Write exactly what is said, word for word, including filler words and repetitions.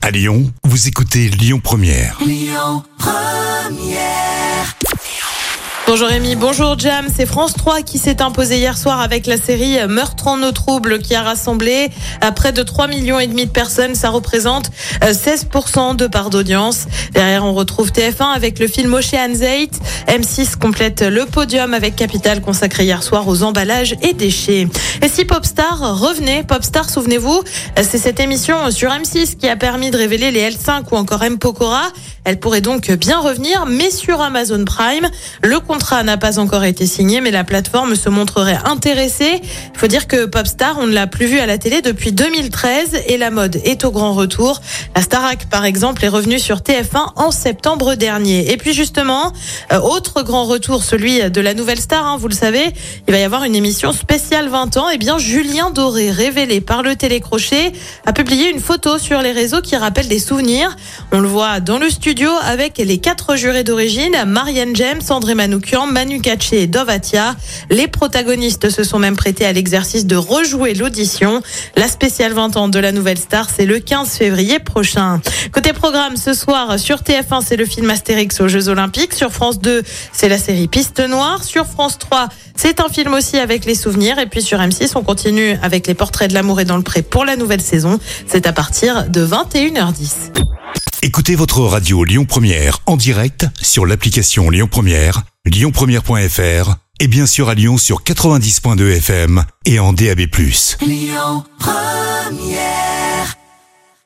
À Lyon, vous écoutez Lyon Première. Lyon Première. Bonjour Rémi, bonjour Jam, c'est France trois qui s'est imposé hier soir avec la série Meurtre en eau trouble qui a rassemblé près de trois millions et demi de personnes. Ça représente seize pour cent de part d'audience. Derrière, on retrouve T F un avec le film Ocean's eight. M six complète le podium avec Capital consacré hier soir aux emballages et déchets. Et si Popstar revenait, Popstar, souvenez-vous, c'est cette émission sur M six qui a permis de révéler les L cinq ou encore M. Pokora. Elle pourrait donc bien revenir, mais sur Amazon Prime. Le contrat n'a pas encore été signé, mais la plateforme se montrerait intéressée. Il faut dire que Popstar, on ne l'a plus vu à la télé depuis deux mille treize et la mode est au grand retour. La Starac, par exemple, est revenue sur T F un en septembre dernier. Et puis justement, euh, autre grand retour, celui de la nouvelle star, hein, vous le savez, il va y avoir une émission spéciale vingt ans. Eh bien, Julien Doré, révélé par le télécrochet, a publié une photo sur les réseaux qui rappelle des souvenirs. On le voit dans le studio avec les quatre jurés d'origine, Marianne James, André Manoukian, Manu Katché et Dov Atia. Les protagonistes se sont même prêtés à l'exercice de rejouer l'audition. La spéciale vingt ans de la nouvelle star, c'est le quinze février prochain. Côté programme, ce soir, sur T F un, c'est le film Astérix aux Jeux Olympiques. Sur France deux, c'est la série Piste Noire. Sur France trois, c'est un film aussi avec les souvenirs. Et puis sur M six, on continue avec les portraits de l'amour et dans le pré pour la nouvelle saison. C'est à partir de vingt et une heures dix. Écoutez votre radio Lyon Première en direct sur l'application Lyon Première, lyon première point f r et bien sûr à Lyon sur quatre-vingt-dix point deux F M et en D A B plus. Lyon Première.